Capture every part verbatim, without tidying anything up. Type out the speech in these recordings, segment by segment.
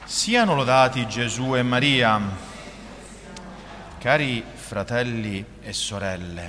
Siano lodati Gesù e Maria. Cari fratelli e sorelle,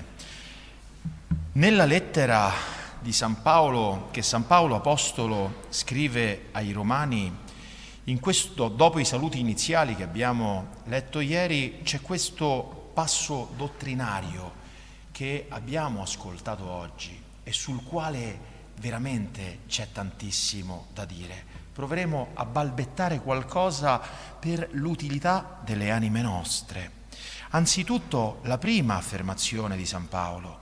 nella lettera di San Paolo, che San Paolo Apostolo scrive ai Romani, in questo, dopo i saluti iniziali che abbiamo letto ieri, c'è questo passo dottrinario che abbiamo ascoltato oggi e sul quale veramente c'è tantissimo da dire. Proveremo a balbettare qualcosa per l'utilità delle anime nostre. Anzitutto la prima affermazione di San Paolo: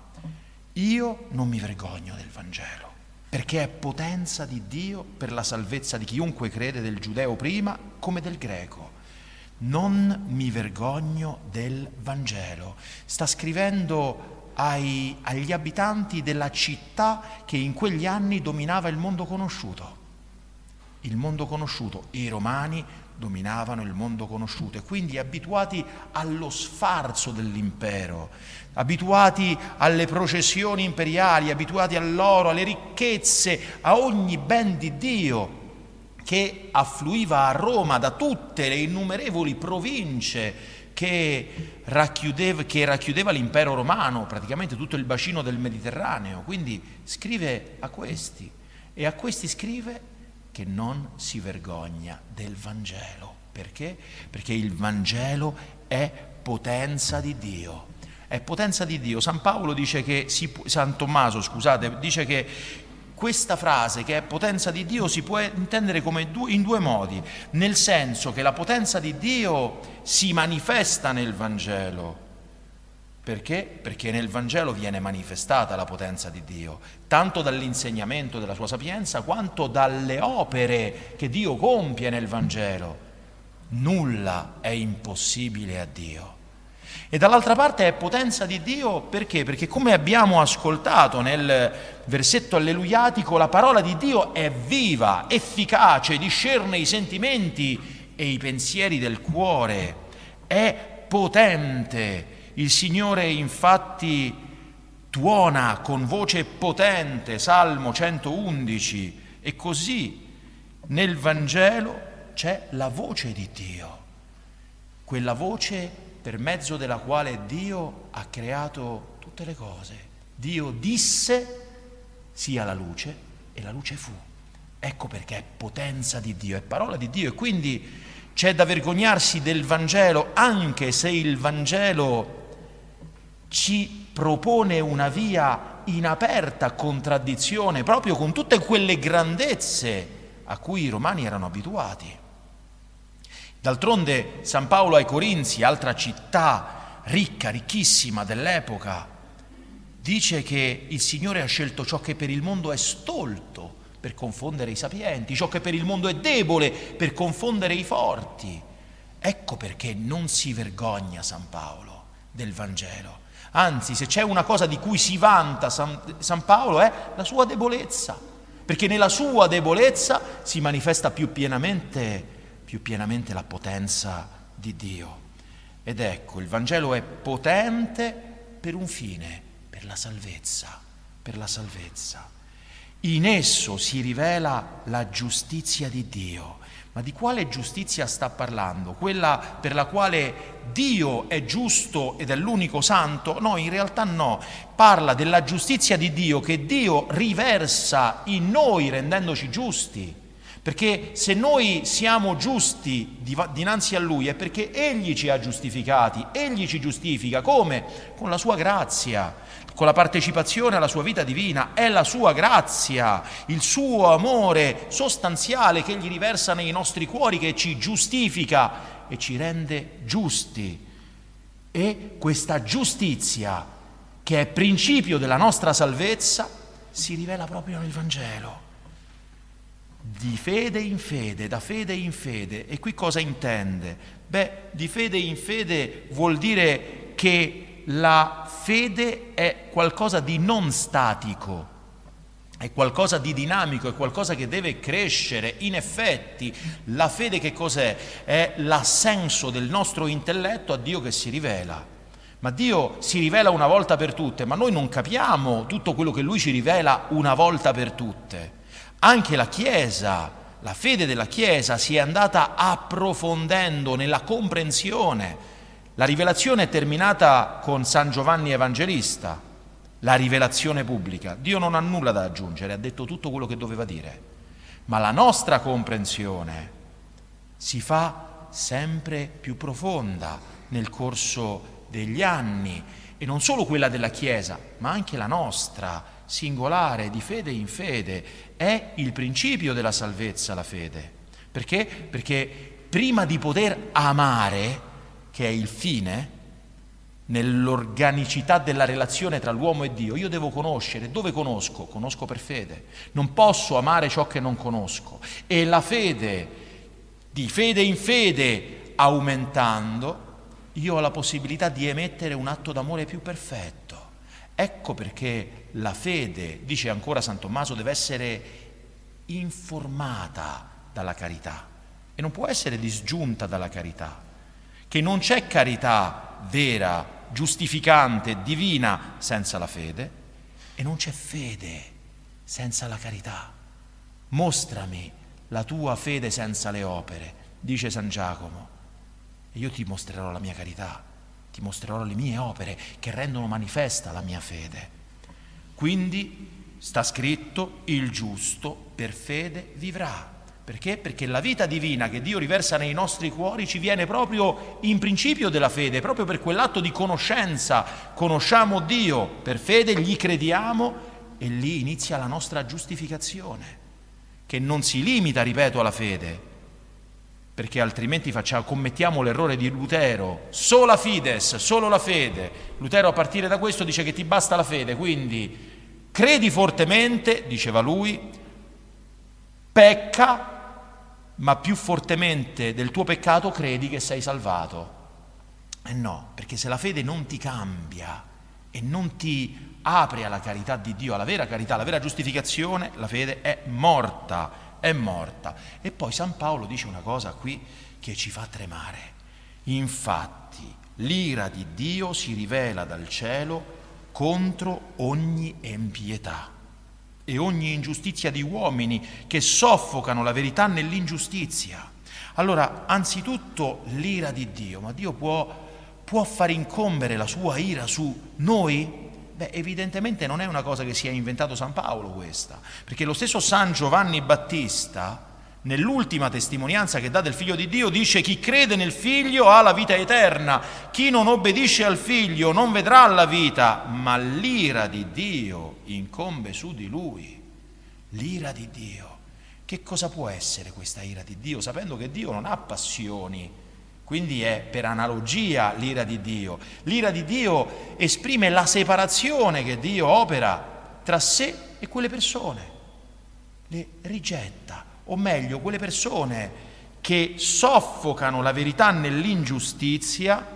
io non mi vergogno del Vangelo, perché è potenza di Dio per la salvezza di chiunque crede, del giudeo prima come del greco. Non mi vergogno del Vangelo. Sta scrivendo ai, agli abitanti della città che in quegli anni dominava il mondo conosciuto. Il mondo conosciuto, i romani dominavano il mondo conosciuto e quindi abituati allo sfarzo dell'impero, abituati alle processioni imperiali, abituati all'oro, alle ricchezze, a ogni ben di Dio che affluiva a Roma da tutte le innumerevoli province che racchiudeva, che racchiudeva l'impero romano, praticamente tutto il bacino del Mediterraneo. Quindi scrive a questi e a questi scrive che non si vergogna del Vangelo. Perché? Perché il Vangelo è potenza di Dio. È potenza di Dio. San Paolo dice che, si, San Tommaso, scusate, dice che questa frase, che è potenza di Dio, si può intendere come due, in due modi. Nel senso che la potenza di Dio si manifesta nel Vangelo. Perché? Perché nel Vangelo viene manifestata la potenza di Dio, tanto dall'insegnamento della sua sapienza quanto dalle opere che Dio compie nel Vangelo. Nulla è impossibile a Dio. E dall'altra parte è potenza di Dio perché? Perché come abbiamo ascoltato nel versetto alleluiatico, la parola di Dio è viva, efficace, discerne i sentimenti e i pensieri del cuore, è potente. Il Signore infatti tuona con voce potente, Salmo centoundici, e così nel Vangelo c'è la voce di Dio, quella voce per mezzo della quale Dio ha creato tutte le cose. Dio disse sia la luce e la luce fu. Ecco perché è potenza di Dio, è parola di Dio, e quindi c'è da vergognarsi del Vangelo, anche se il Vangelo ci propone una via in aperta contraddizione proprio con tutte quelle grandezze a cui i romani erano abituati. D'altronde San Paolo ai Corinzi, altra città ricca, ricchissima dell'epoca, dice che il Signore ha scelto ciò che per il mondo è stolto per confondere i sapienti, ciò che per il mondo è debole per confondere i forti. Ecco perché non si vergogna San Paolo del Vangelo. Anzi, se c'è una cosa di cui si vanta San, San Paolo è la sua debolezza, perché nella sua debolezza si manifesta più pienamente, più pienamente la potenza di Dio. Ed ecco, il Vangelo è potente per un fine, per la salvezza, per la salvezza. In esso si rivela la giustizia di Dio. Ma di quale giustizia sta parlando? Quella per la quale Dio è giusto ed è l'unico santo? No, in realtà no. Parla della giustizia di Dio che Dio riversa in noi rendendoci giusti. Perché se noi siamo giusti dinanzi a Lui è perché Egli ci ha giustificati, Egli ci giustifica. Come? Con la sua grazia, con la partecipazione alla sua vita divina. È la sua grazia, il suo amore sostanziale che Egli riversa nei nostri cuori, che ci giustifica e ci rende giusti. E questa giustizia, che è principio della nostra salvezza, si rivela proprio nel Vangelo. Di fede in fede, da fede in fede. E qui cosa intende? Beh, di fede in fede vuol dire che la fede è qualcosa di non statico, è qualcosa di dinamico, è qualcosa che deve crescere. In effetti, la fede che cos'è? È l'assenso del nostro intelletto a Dio che si rivela. Ma Dio si rivela una volta per tutte, ma noi non capiamo tutto quello che Lui ci rivela una volta per tutte. Anche la Chiesa, la fede della Chiesa si è andata approfondendo nella comprensione. La rivelazione è terminata con San Giovanni Evangelista, la rivelazione pubblica. Dio non ha nulla da aggiungere, ha detto tutto quello che doveva dire. Ma la nostra comprensione si fa sempre più profonda nel corso degli anni, e non solo quella della Chiesa, ma anche la nostra, singolare, di fede in fede. È il principio della salvezza la fede. Perché? Perché prima di poter amare, che è il fine, nell'organicità della relazione tra l'uomo e Dio, io devo conoscere. Dove conosco? Conosco per fede. Non posso amare ciò che non conosco. E la fede, di fede in fede, aumentando, io ho la possibilità di emettere un atto d'amore più perfetto. Ecco perché la fede, dice ancora San Tommaso, deve essere informata dalla carità e non può essere disgiunta dalla carità, che non c'è carità vera, giustificante, divina senza la fede, e non c'è fede senza la carità. Mostrami la tua fede senza le opere, dice San Giacomo, e io ti mostrerò la mia carità, ti mostrerò le mie opere che rendono manifesta la mia fede. Quindi sta scritto: il giusto per fede vivrà. Perché? Perché la vita divina che Dio riversa nei nostri cuori ci viene proprio in principio della fede, proprio per quell'atto di conoscenza. Conosciamo Dio per fede, gli crediamo e lì inizia la nostra giustificazione, che non si limita, ripeto, alla fede, perché altrimenti facciamo, commettiamo l'errore di Lutero: sola fides, solo la fede. Lutero a partire da questo dice che ti basta la fede, quindi credi fortemente, diceva lui, pecca, ma più fortemente del tuo peccato credi che sei salvato. E eh no, perché se la fede non ti cambia e non ti apre alla carità di Dio, alla vera carità, alla vera giustificazione, la fede è morta. È morta. E poi San Paolo dice una cosa qui che ci fa tremare: infatti l'ira di Dio si rivela dal cielo contro ogni empietà e ogni ingiustizia di uomini che soffocano la verità nell'ingiustizia. Allora, anzitutto l'ira di Dio, ma Dio può, può far incombere la sua ira su noi? Beh, evidentemente non è una cosa che si è inventato San Paolo questa, perché lo stesso San Giovanni Battista, nell'ultima testimonianza che dà del Figlio di Dio, dice: chi crede nel Figlio ha la vita eterna, chi non obbedisce al Figlio non vedrà la vita, ma l'ira di Dio incombe su di lui. L'ira di Dio. Che cosa può essere questa ira di Dio? Sapendo che Dio non ha passioni, quindi è per analogia l'ira di Dio. L'ira di Dio esprime la separazione che Dio opera tra sé e quelle persone. Le rigetta, o meglio, quelle persone che soffocano la verità nell'ingiustizia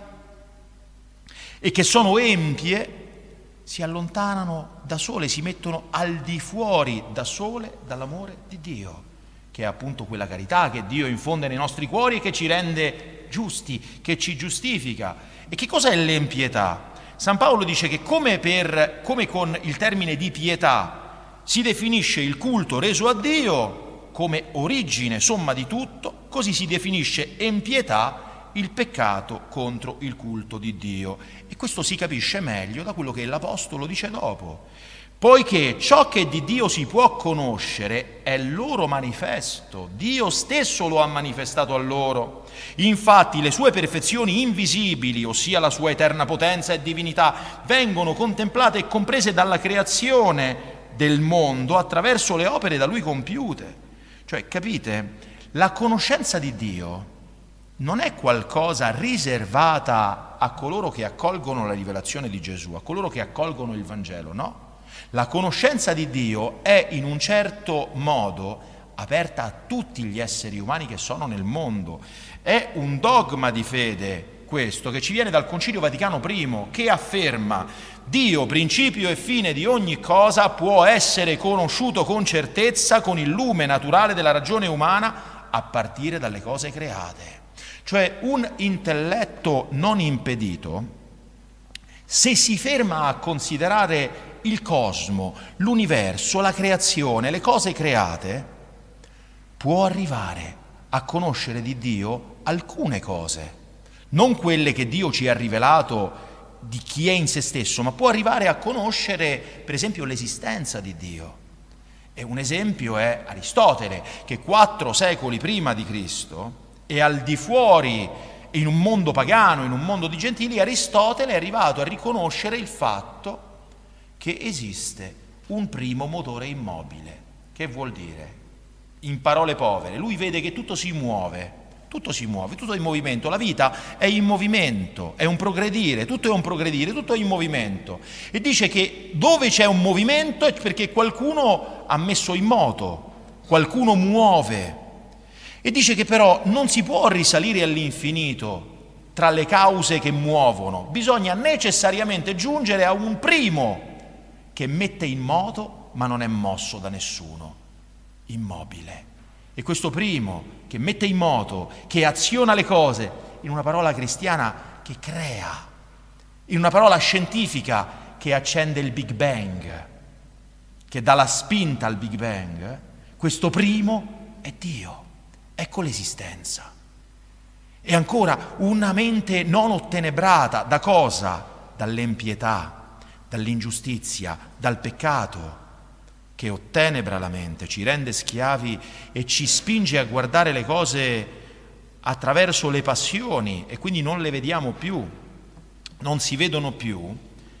e che sono empie, si allontanano da sole, si mettono al di fuori da sole dall'amore di Dio, che è appunto quella carità che Dio infonde nei nostri cuori e che ci rende giusti, che ci giustifica. E che cos'è l'empietà? San Paolo dice che come, per, come con il termine di pietà si definisce il culto reso a Dio come origine, somma di tutto, così si definisce empietà il peccato contro il culto di Dio. E questo si capisce meglio da quello che l'Apostolo dice dopo: poiché ciò che di Dio si può conoscere è loro manifesto, Dio stesso lo ha manifestato a loro. Infatti le sue perfezioni invisibili, ossia la sua eterna potenza e divinità, vengono contemplate e comprese dalla creazione del mondo attraverso le opere da lui compiute. Cioè, capite, la conoscenza di Dio non è qualcosa riservata a coloro che accolgono la rivelazione di Gesù, a coloro che accolgono il Vangelo, no? La conoscenza di Dio è in un certo modo aperta a tutti gli esseri umani che sono nel mondo. È un dogma di fede questo, che ci viene dal Concilio Vaticano I, che afferma: Dio, principio e fine di ogni cosa, può essere conosciuto con certezza con il lume naturale della ragione umana a partire dalle cose create. Cioè, un intelletto non impedito, se si ferma a considerare il cosmo, l'universo, la creazione, le cose create, può arrivare a conoscere di Dio alcune cose, non quelle che Dio ci ha rivelato di chi è in se stesso, ma può arrivare a conoscere, per esempio, l'esistenza di Dio. E un esempio è Aristotele, che quattro secoli prima di Cristo, e al di fuori, in un mondo pagano, in un mondo di gentili, Aristotele è arrivato a riconoscere il fatto che esiste un primo motore immobile. Che vuol dire? In parole povere, lui vede che tutto si muove, tutto si muove, tutto è in movimento, la vita è in movimento, è un progredire, tutto è un progredire, tutto è in movimento. E dice che dove c'è un movimento è perché qualcuno ha messo in moto, qualcuno muove. E dice che però non si può risalire all'infinito tra le cause che muovono, bisogna necessariamente giungere a un primo che mette in moto ma non è mosso da nessuno, immobile. E questo primo che mette in moto, che aziona le cose, in una parola cristiana, che crea, in una parola scientifica, che accende il Big Bang, che dà la spinta al Big Bang, questo primo è Dio. Ecco l'esistenza. E ancora una mente non ottenebrata da cosa? Dall'impietà, dall'ingiustizia, dal peccato, che ottenebra la mente, ci rende schiavi e ci spinge a guardare le cose attraverso le passioni e quindi non le vediamo più, non si vedono più,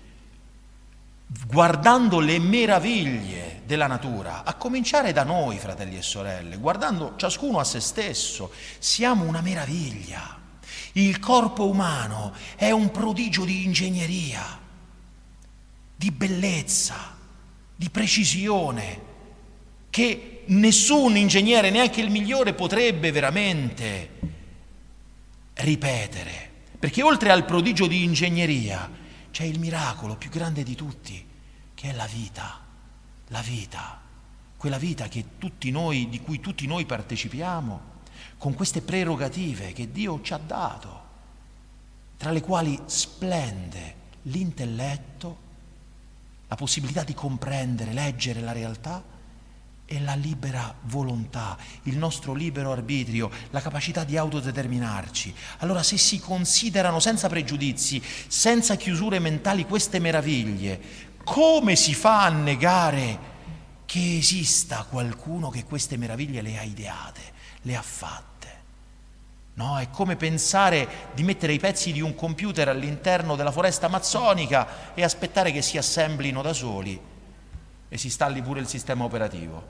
guardando le meraviglie della natura, a cominciare da noi, fratelli e sorelle, guardando ciascuno a se stesso, siamo una meraviglia. Il corpo umano è un prodigio di ingegneria, di bellezza, di precisione, che nessun ingegnere, neanche il migliore, potrebbe veramente ripetere. Perché oltre al prodigio di ingegneria c'è il miracolo più grande di tutti, che è la vita, la vita, quella vita che tutti noi, di cui tutti noi partecipiamo, con queste prerogative che Dio ci ha dato, tra le quali splende l'intelletto, la possibilità di comprendere, leggere la realtà e la libera volontà, il nostro libero arbitrio, la capacità di autodeterminarci. Allora, se si considerano senza pregiudizi, senza chiusure mentali queste meraviglie, come si fa a negare che esista qualcuno che queste meraviglie le ha ideate, le ha fatte? No, è come pensare di mettere i pezzi di un computer all'interno della foresta amazzonica e aspettare che si assemblino da soli e si installi pure il sistema operativo.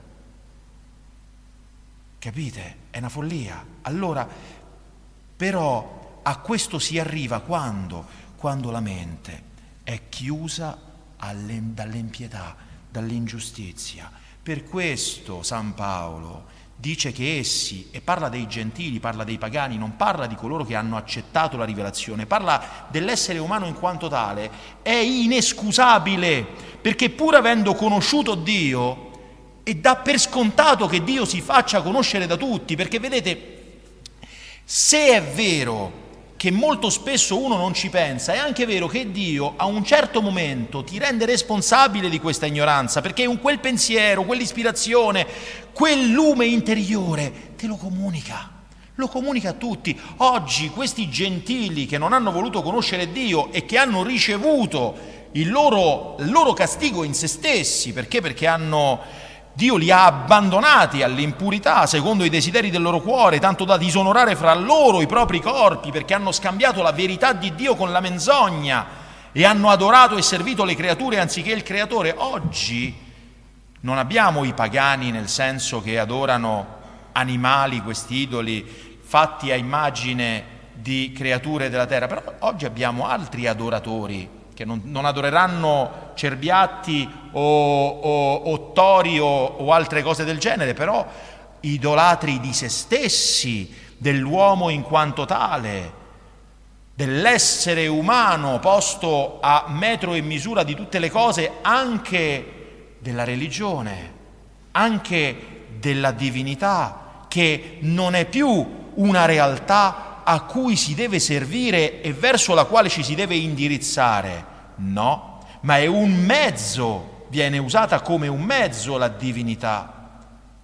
Capite? È una follia. Allora, però, a questo si arriva quando? Quando la mente è chiusa alle, dall'impietà, dall'ingiustizia. Per questo San Paolo dice che essi, e parla dei gentili, parla dei pagani, non parla di coloro che hanno accettato la rivelazione, parla dell'essere umano in quanto tale, è inescusabile, perché pur avendo conosciuto Dio, e dà per scontato che Dio si faccia conoscere da tutti, perché vedete, se è vero che molto spesso uno non ci pensa, è anche vero che Dio a un certo momento ti rende responsabile di questa ignoranza, perché un quel pensiero, quell'ispirazione, quel lume interiore te lo comunica, lo comunica a tutti. Oggi questi gentili che non hanno voluto conoscere Dio e che hanno ricevuto il loro, il loro castigo in se stessi, perché? Perché hanno... Dio li ha abbandonati all'impurità secondo i desideri del loro cuore, tanto da disonorare fra loro i propri corpi, perché hanno scambiato la verità di Dio con la menzogna e hanno adorato e servito le creature anziché il Creatore. Oggi non abbiamo i pagani nel senso che adorano animali, questi idoli fatti a immagine di creature della terra, però oggi abbiamo altri adoratori che non, non adoreranno cerbiatti o, o, o tori o, o altre cose del genere, però idolatri di se stessi, dell'uomo in quanto tale, dell'essere umano posto a metro e misura di tutte le cose, anche della religione, anche della divinità, che non è più una realtà a cui si deve servire e verso la quale ci si deve indirizzare. No, ma è un mezzo, viene usata come un mezzo la divinità.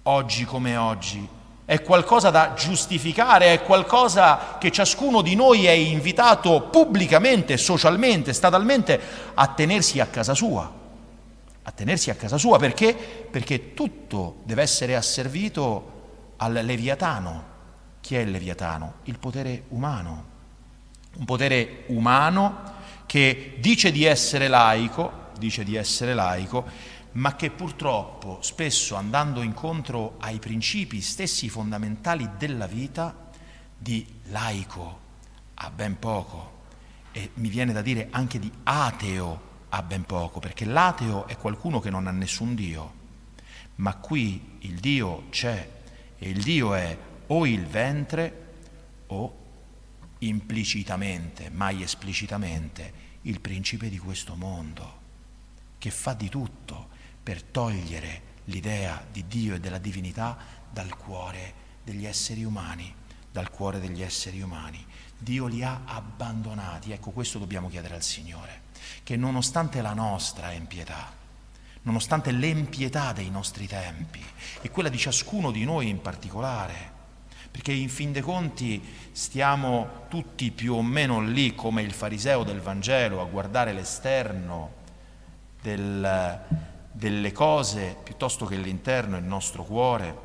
oggi come oggi, è qualcosa da giustificare, è qualcosa che ciascuno di noi è invitato pubblicamente, socialmente, statalmente a tenersi a casa sua, a tenersi a casa sua, perché? Perché tutto deve essere asservito al Leviatano. Chi è il Leviatano? Il potere umano, un potere umano che dice di essere laico, dice di essere laico, ma che purtroppo spesso, andando incontro ai principi stessi fondamentali della vita, di laico ha ben poco, e mi viene da dire anche di ateo ha ben poco, perché l'ateo è qualcuno che non ha nessun Dio, ma qui il Dio c'è, e il Dio è o il ventre o implicitamente, mai esplicitamente, il principe di questo mondo, che fa di tutto per togliere l'idea di Dio e della divinità dal cuore degli esseri umani, dal cuore degli esseri umani. Dio li ha abbandonati. Ecco, questo dobbiamo chiedere al Signore, che nonostante la nostra empietà, nonostante l'empietà dei nostri tempi e quella di ciascuno di noi in particolare, perché in fin dei conti stiamo tutti più o meno lì come il fariseo del Vangelo a guardare l'esterno del, delle cose piuttosto che l'interno, il nostro cuore,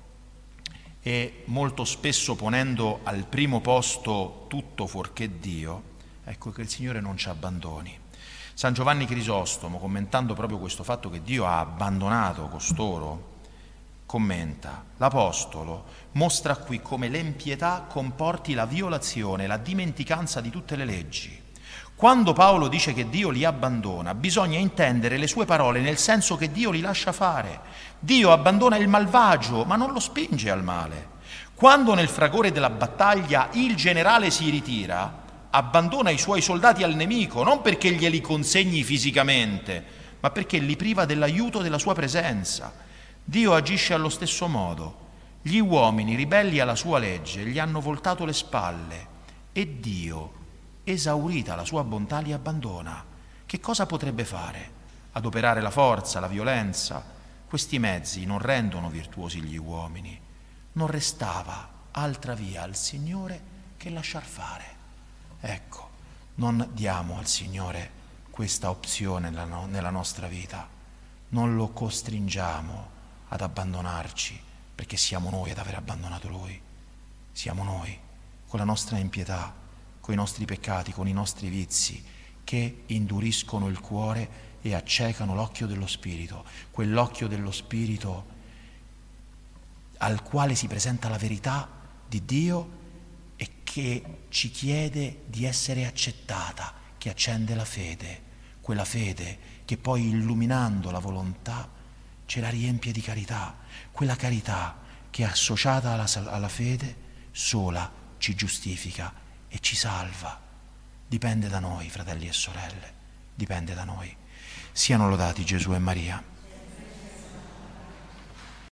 e molto spesso ponendo al primo posto tutto fuorché Dio. Ecco, che il Signore non ci abbandoni. San Giovanni Crisostomo, commentando proprio questo fatto che Dio ha abbandonato costoro, commenta: l'Apostolo mostra qui come l'empietà comporti la violazione, la dimenticanza di tutte le leggi. Quando Paolo dice che Dio li abbandona, bisogna intendere le sue parole nel senso che Dio li lascia fare. Dio abbandona il malvagio, ma non lo spinge al male. Quando nel fragore della battaglia il generale si ritira, abbandona i suoi soldati al nemico, non perché glieli consegni fisicamente, ma perché li priva dell'aiuto della sua presenza. Dio agisce allo stesso modo. Gli uomini ribelli alla sua legge gli hanno voltato le spalle e Dio, esaurita la sua bontà, li abbandona. Che cosa potrebbe fare? Adoperare la forza, la violenza? Questi mezzi non rendono virtuosi gli uomini. Non restava altra via al Signore che lasciar fare. Ecco, non diamo al Signore questa opzione nella, no- nella nostra vita. Non lo costringiamo ad abbandonarci, perché siamo noi ad aver abbandonato Lui. Siamo noi, con la nostra impietà, con i nostri peccati, con i nostri vizi, che induriscono il cuore e accecano l'occhio dello Spirito, quell'occhio dello Spirito al quale si presenta la verità di Dio e che ci chiede di essere accettata, che accende la fede, quella fede che poi, illuminando la volontà, ce la riempie di carità, quella carità che, associata alla, alla fede, sola ci giustifica e ci salva. Dipende da noi, fratelli e sorelle, dipende da noi. Siano lodati Gesù e Maria.